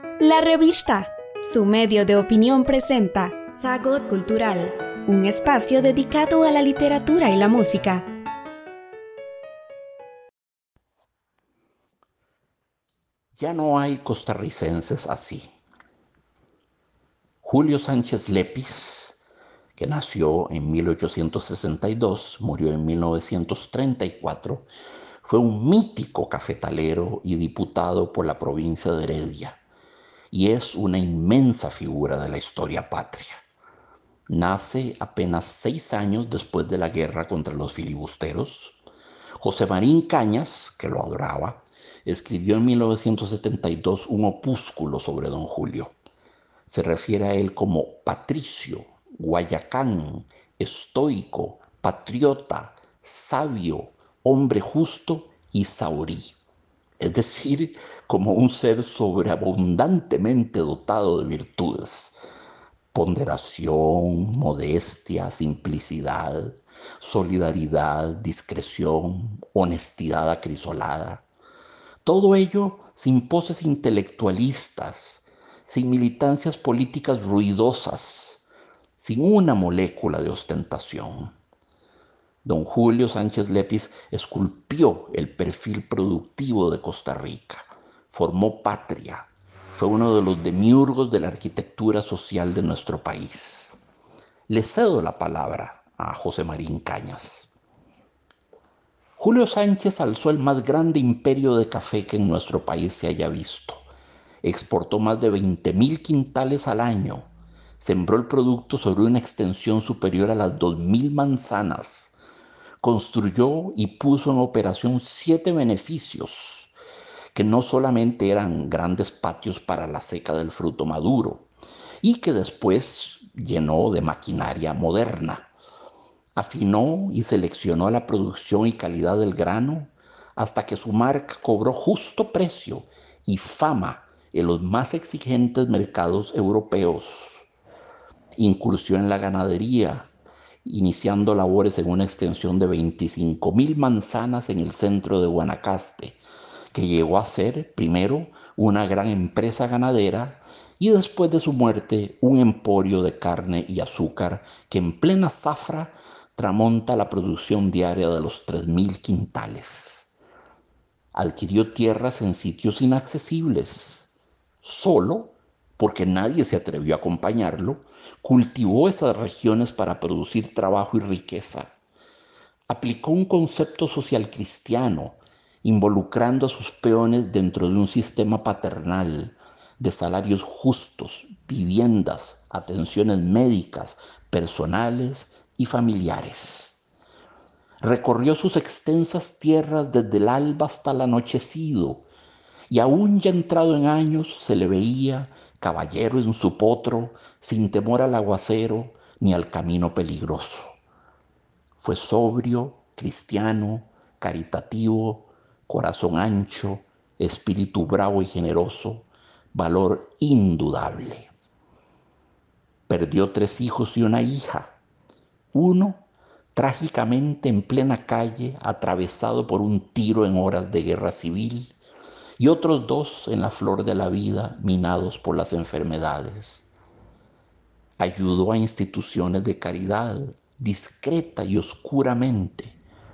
La Revista, su medio de opinión presenta Sagot Cultural, un espacio dedicado a la literatura y la música. Ya no hay costarricenses así. Julio Sánchez Lepis, que nació en 1862, murió en 1934, fue un mítico cafetalero y diputado por la provincia de Heredia, y es una inmensa figura de la historia patria. Nace apenas 6 años después de la guerra contra los filibusteros. José Marín Cañas, que lo adoraba, escribió en 1972 un opúsculo sobre don Julio. Se refiere a él como patricio, guayacán, estoico, patriota, sabio, hombre justo y saurí. Es decir, como un ser sobreabundantemente dotado de virtudes. Ponderación, modestia, simplicidad, solidaridad, discreción, honestidad acrisolada. Todo ello sin poses intelectualistas, sin militancias políticas ruidosas, sin una molécula de ostentación. Don Julio Sánchez Lepis esculpió el perfil productivo de Costa Rica, formó patria, fue uno de los demiurgos de la arquitectura social de nuestro país. Le cedo la palabra a José Marín Cañas. Julio Sánchez alzó el más grande imperio de café que en nuestro país se haya visto. Exportó más de 20.000 quintales al año. Sembró el producto sobre una extensión superior a las 2.000 manzanas. Construyó y puso en operación 7 beneficios, que no solamente eran grandes patios para la seca del fruto maduro, y que después llenó de maquinaria moderna. Afinó y seleccionó la producción y calidad del grano hasta que su marca cobró justo precio y fama en los más exigentes mercados europeos. Incursió en la ganadería, iniciando labores en una extensión de 25.000 manzanas en el centro de Guanacaste, que llegó a ser primero una gran empresa ganadera y después de su muerte un emporio de carne y azúcar que en plena zafra tramonta la producción diaria de los 3.000 quintales. Adquirió tierras en sitios inaccesibles. Solo, porque nadie se atrevió a acompañarlo, cultivó esas regiones para producir trabajo y riqueza. Aplicó un concepto social cristiano, involucrando a sus peones dentro de un sistema paternal de salarios justos, viviendas, atenciones médicas, personales y familiares. Recorrió sus extensas tierras desde el alba hasta el anochecido, y aún ya entrado en años se le veía caballero en su potro, sin temor al aguacero ni al camino peligroso. Fue sobrio, cristiano, caritativo, corazón ancho, espíritu bravo y generoso, valor indudable. Perdió 3 hijos y una hija. Uno, trágicamente en plena calle, atravesado por un tiro en horas de guerra civil, y otros 2 en la flor de la vida, minados por las enfermedades. Ayudó a instituciones de caridad, discreta y oscuramente.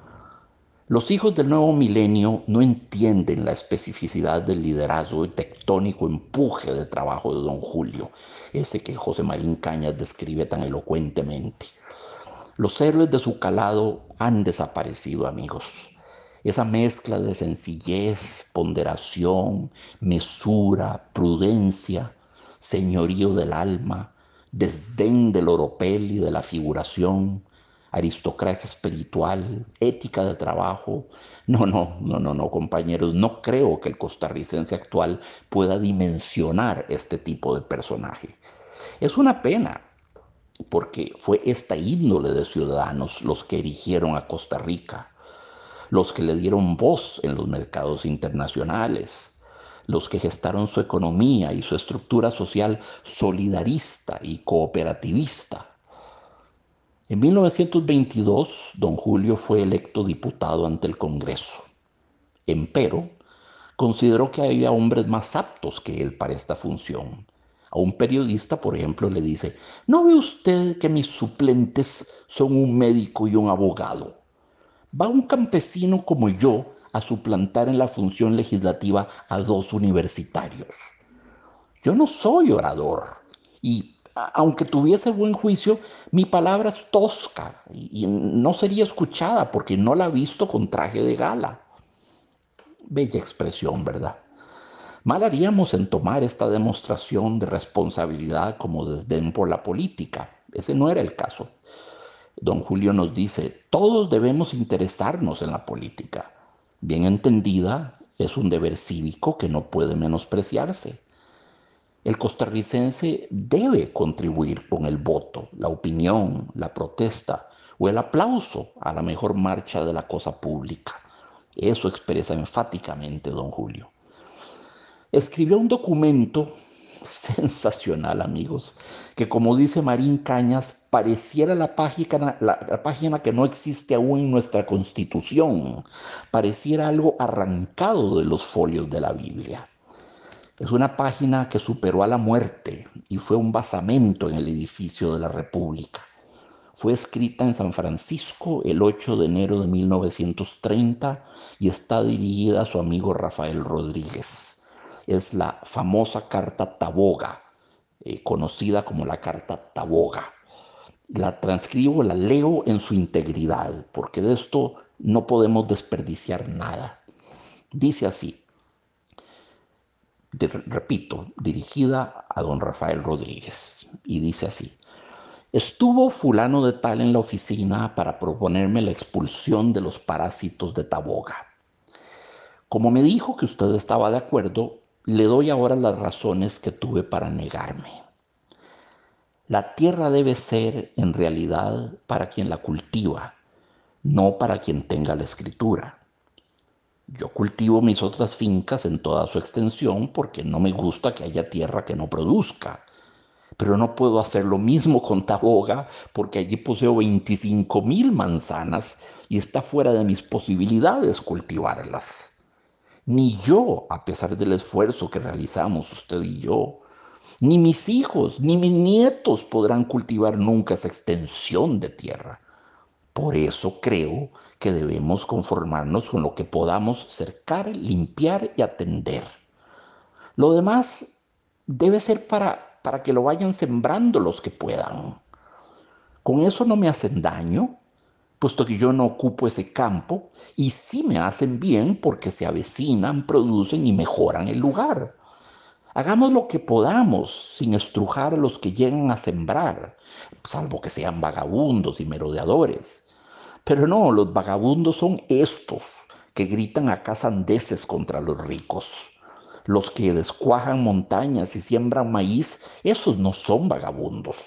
Los hijos del nuevo milenio no entienden la especificidad del liderazgo y tectónico empuje de trabajo de don Julio, ese que José Marín Cañas describe tan elocuentemente. Los héroes de su calado han desaparecido, amigos. Esa mezcla de sencillez, ponderación, mesura, prudencia, señorío del alma, desdén del oropel y de la figuración, aristocracia espiritual, ética de trabajo. No, compañeros, no creo que el costarricense actual pueda dimensionar este tipo de personaje. Es una pena, porque fue esta índole de ciudadanos los que erigieron a Costa Rica, los que le dieron voz en los mercados internacionales, los que gestaron su economía y su estructura social solidarista y cooperativista. En 1922, don Julio fue electo diputado ante el Congreso. Empero, consideró que había hombres más aptos que él para esta función. A un periodista, por ejemplo, le dice: ¿no ve usted que mis suplentes son un médico y un abogado? ¿Va un campesino como yo a suplantar en la función legislativa a dos universitarios? Yo no soy orador y aunque tuviese buen juicio, mi palabra es tosca y no sería escuchada porque no la he visto con traje de gala. Bella expresión, ¿verdad? Mal haríamos en tomar esta demostración de responsabilidad como desdén por la política. Ese no era el caso. Don Julio nos dice: todos debemos interesarnos en la política. Bien entendida, es un deber cívico que no puede menospreciarse. El costarricense debe contribuir con el voto, la opinión, la protesta o el aplauso a la mejor marcha de la cosa pública. Eso expresa enfáticamente don Julio. Escribió un documento sensacional, amigos, que, como dice Marín Cañas, pareciera la página que no existe aún en nuestra Constitución, pareciera algo arrancado de los folios de la Biblia. Es una página que superó a la muerte y fue un basamento en el edificio de la República. Fue escrita en San Francisco el 8 de enero de 1930 y está dirigida a su amigo Rafael Rodríguez. Es la famosa Carta Taboga, conocida como la Carta Taboga. La transcribo, la leo en su integridad, porque de esto no podemos desperdiciar nada. Dice así: repito, dirigida a don Rafael Rodríguez, y dice así: estuvo fulano de tal en la oficina para proponerme la expulsión de los parásitos de Taboga. Como me dijo que usted estaba de acuerdo, le doy ahora las razones que tuve para negarme. La tierra debe ser, en realidad, para quien la cultiva, no para quien tenga la escritura. Yo cultivo mis otras fincas en toda su extensión porque no me gusta que haya tierra que no produzca. Pero no puedo hacer lo mismo con Taboga porque allí poseo 25,000 manzanas y está fuera de mis posibilidades cultivarlas. Ni yo, a pesar del esfuerzo que realizamos usted y yo, ni mis hijos, ni mis nietos podrán cultivar nunca esa extensión de tierra. Por eso creo que debemos conformarnos con lo que podamos cercar, limpiar y atender. Lo demás debe ser para que lo vayan sembrando los que puedan. Con eso no me hacen daño, puesto que yo no ocupo ese campo, y sí me hacen bien porque se avecinan, producen y mejoran el lugar. Hagamos lo que podamos sin estrujar a los que llegan a sembrar, salvo que sean vagabundos y merodeadores. Pero no, los vagabundos son estos que gritan acá sandeces contra los ricos. Los que descuajan montañas y siembran maíz, esos no son vagabundos.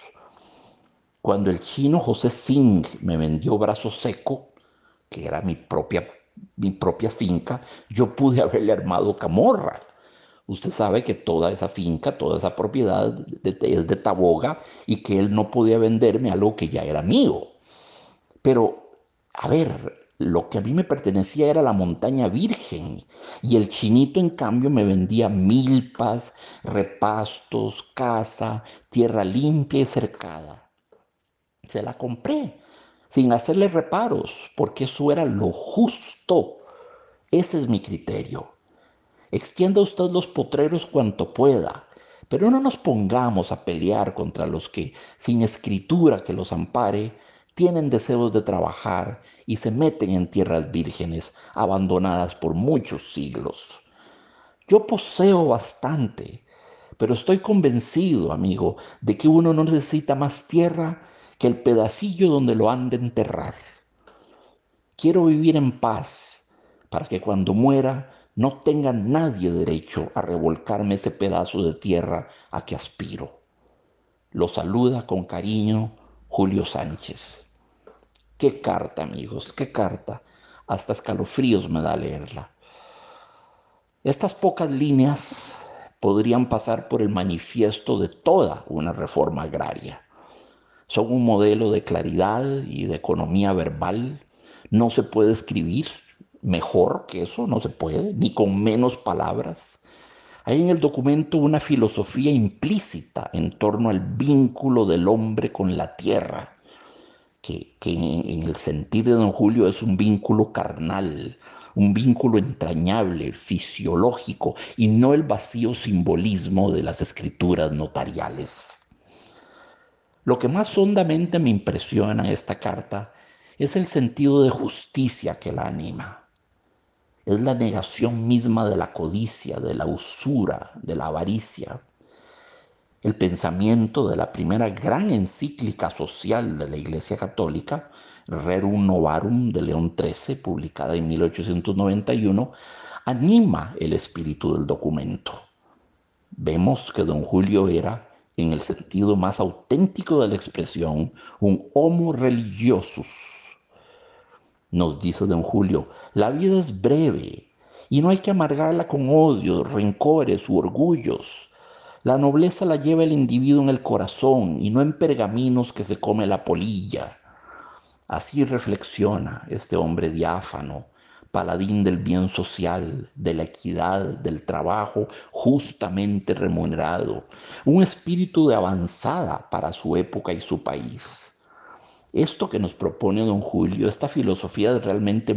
Cuando el chino José Singh me vendió Brazo Seco, que era mi propia finca, yo pude haberle armado camorra. Usted sabe que toda esa finca, toda esa propiedad es de Taboga y que él no podía venderme algo que ya era mío. Pero, a ver, lo que a mí me pertenecía era la montaña virgen y el chinito en cambio me vendía milpas, repastos, casa, tierra limpia y cercada. Se la compré sin hacerle reparos porque eso era lo justo. Ese es mi criterio. Extienda usted los potreros cuanto pueda, pero no nos pongamos a pelear contra los que, sin escritura que los ampare, tienen deseos de trabajar y se meten en tierras vírgenes abandonadas por muchos siglos. Yo poseo bastante, pero estoy convencido, amigo, de que uno no necesita más tierra que el pedacillo donde lo han de enterrar. Quiero vivir en paz para que cuando muera no tenga nadie derecho a revolcarme ese pedazo de tierra a que aspiro. Lo saluda con cariño Julio Sánchez. Qué carta, amigos, qué carta. Hasta escalofríos me da leerla. Estas pocas líneas podrían pasar por el manifiesto de toda una reforma agraria. Son un modelo de claridad y de economía verbal. No se puede escribir, mejor que eso no se puede, ni con menos palabras. Hay en el documento una filosofía implícita en torno al vínculo del hombre con la tierra, que en el sentir de don Julio es un vínculo carnal, un vínculo entrañable, fisiológico, y no el vacío simbolismo de las escrituras notariales. Lo que más hondamente me impresiona en esta carta es el sentido de justicia que la anima. Es la negación misma de la codicia, de la usura, de la avaricia. El pensamiento de la primera gran encíclica social de la Iglesia Católica, Rerum Novarum de León XIII, publicada en 1891, anima el espíritu del documento. Vemos que don Julio era, en el sentido más auténtico de la expresión, un homo religiosus. Nos dice don Julio, la vida es breve y no hay que amargarla con odios, rencores u orgullos. La nobleza la lleva el individuo en el corazón y no en pergaminos que se come la polilla. Así reflexiona este hombre diáfano, paladín del bien social, de la equidad, del trabajo justamente remunerado, un espíritu de avanzada para su época y su país. Esto que nos propone don Julio, esta filosofía es realmente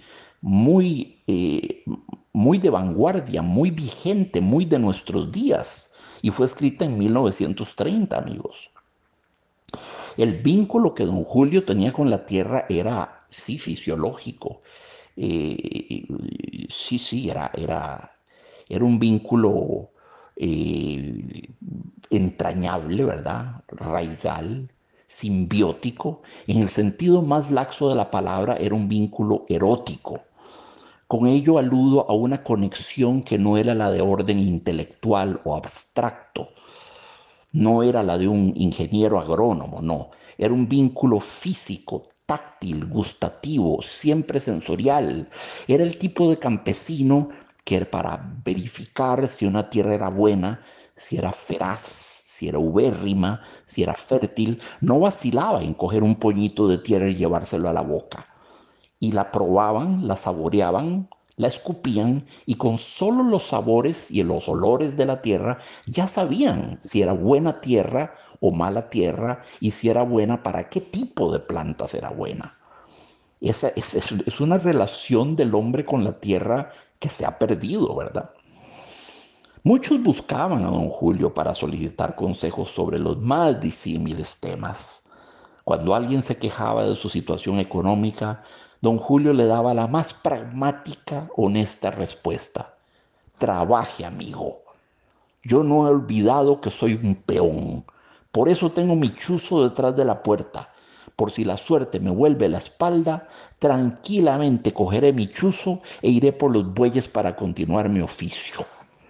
muy de vanguardia, muy vigente, muy de nuestros días. Y fue escrita en 1930, amigos. El vínculo que don Julio tenía con la tierra era, sí, fisiológico. Eh, sí, era un vínculo eh, entrañable, ¿verdad? Raigal, simbiótico. En el sentido más laxo de la palabra, era un vínculo erótico. Con ello aludo a una conexión que no era la de orden intelectual o abstracto, no era la de un ingeniero agrónomo, no. Era un vínculo físico, táctil, gustativo, siempre sensorial. Era el tipo de campesino que para verificar si una tierra era buena, si era feraz, si era ubérrima, si era fértil, no vacilaba en coger un poñito de tierra y llevárselo a la boca, y la probaban, la saboreaban, la escupían y con solo los sabores y los olores de la tierra ya sabían si era buena tierra o mala tierra y si era buena para qué tipo de plantas era buena. Esa es una relación del hombre con la tierra que se ha perdido, ¿verdad? Muchos buscaban a don Julio para solicitar consejos sobre los más disímiles temas. Cuando alguien se quejaba de su situación económica, don Julio le daba la más pragmática, honesta respuesta. Trabaje, amigo. Yo no he olvidado que soy un peón. Por eso tengo mi chuzo detrás de la puerta. Por si la suerte me vuelve la espalda, tranquilamente cogeré mi chuzo e iré por los bueyes para continuar mi oficio.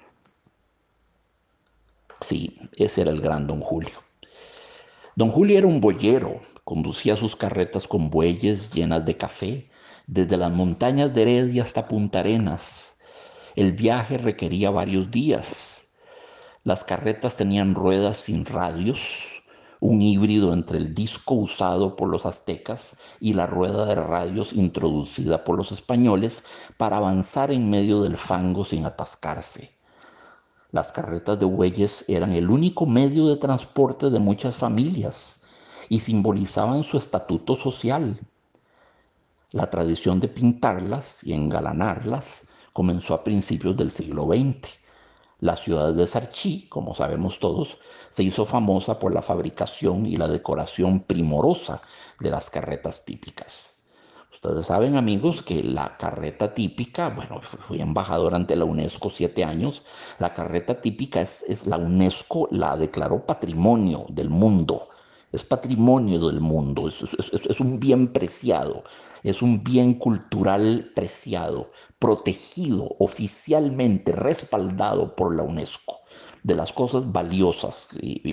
Sí, ese era el gran don Julio. Don Julio era un boyero, conducía sus carretas con bueyes llenas de café, desde las montañas de Heredia hasta Punta Arenas. El viaje requería varios días. Las carretas tenían ruedas sin radios, un híbrido entre el disco usado por los aztecas y la rueda de radios introducida por los españoles para avanzar en medio del fango sin atascarse. Las carretas de bueyes eran el único medio de transporte de muchas familias y simbolizaban su estatuto social. La tradición de pintarlas y engalanarlas comenzó a principios del siglo XX. La ciudad de Sarchí, como sabemos todos, se hizo famosa por la fabricación y la decoración primorosa de las carretas típicas. Ustedes saben, amigos, que la carreta típica, bueno, fui embajador ante la UNESCO 7 años, la carreta típica la UNESCO la declaró patrimonio del mundo, es patrimonio del mundo, es un bien preciado, es un bien cultural preciado, protegido oficialmente, respaldado por la UNESCO, de las cosas valiosas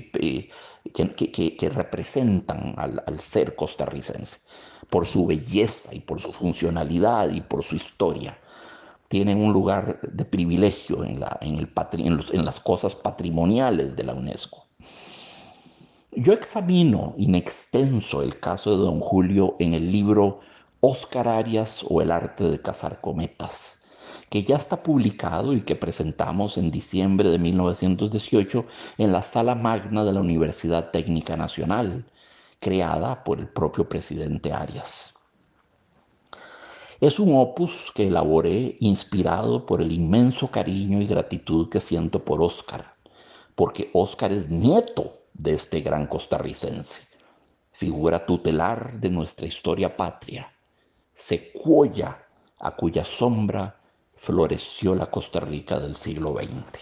que representan al ser costarricense por su belleza y por su funcionalidad y por su historia. Tienen un lugar de privilegio en las cosas patrimoniales de la UNESCO. Yo examino in extenso el caso de don Julio en el libro Óscar Arias o El arte de cazar cometas, que ya está publicado y que presentamos en diciembre de 1918 en la Sala Magna de la Universidad Técnica Nacional, creada por el propio presidente Arias. Es un opus que elaboré inspirado por el inmenso cariño y gratitud que siento por Óscar, porque Óscar es nieto de este gran costarricense, figura tutelar de nuestra historia patria, secuoya a cuya sombra floreció la Costa Rica del siglo XX.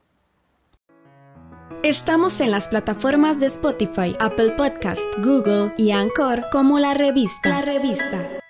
Estamos en las plataformas de Spotify, Apple Podcast, Google y Anchor como La Revista.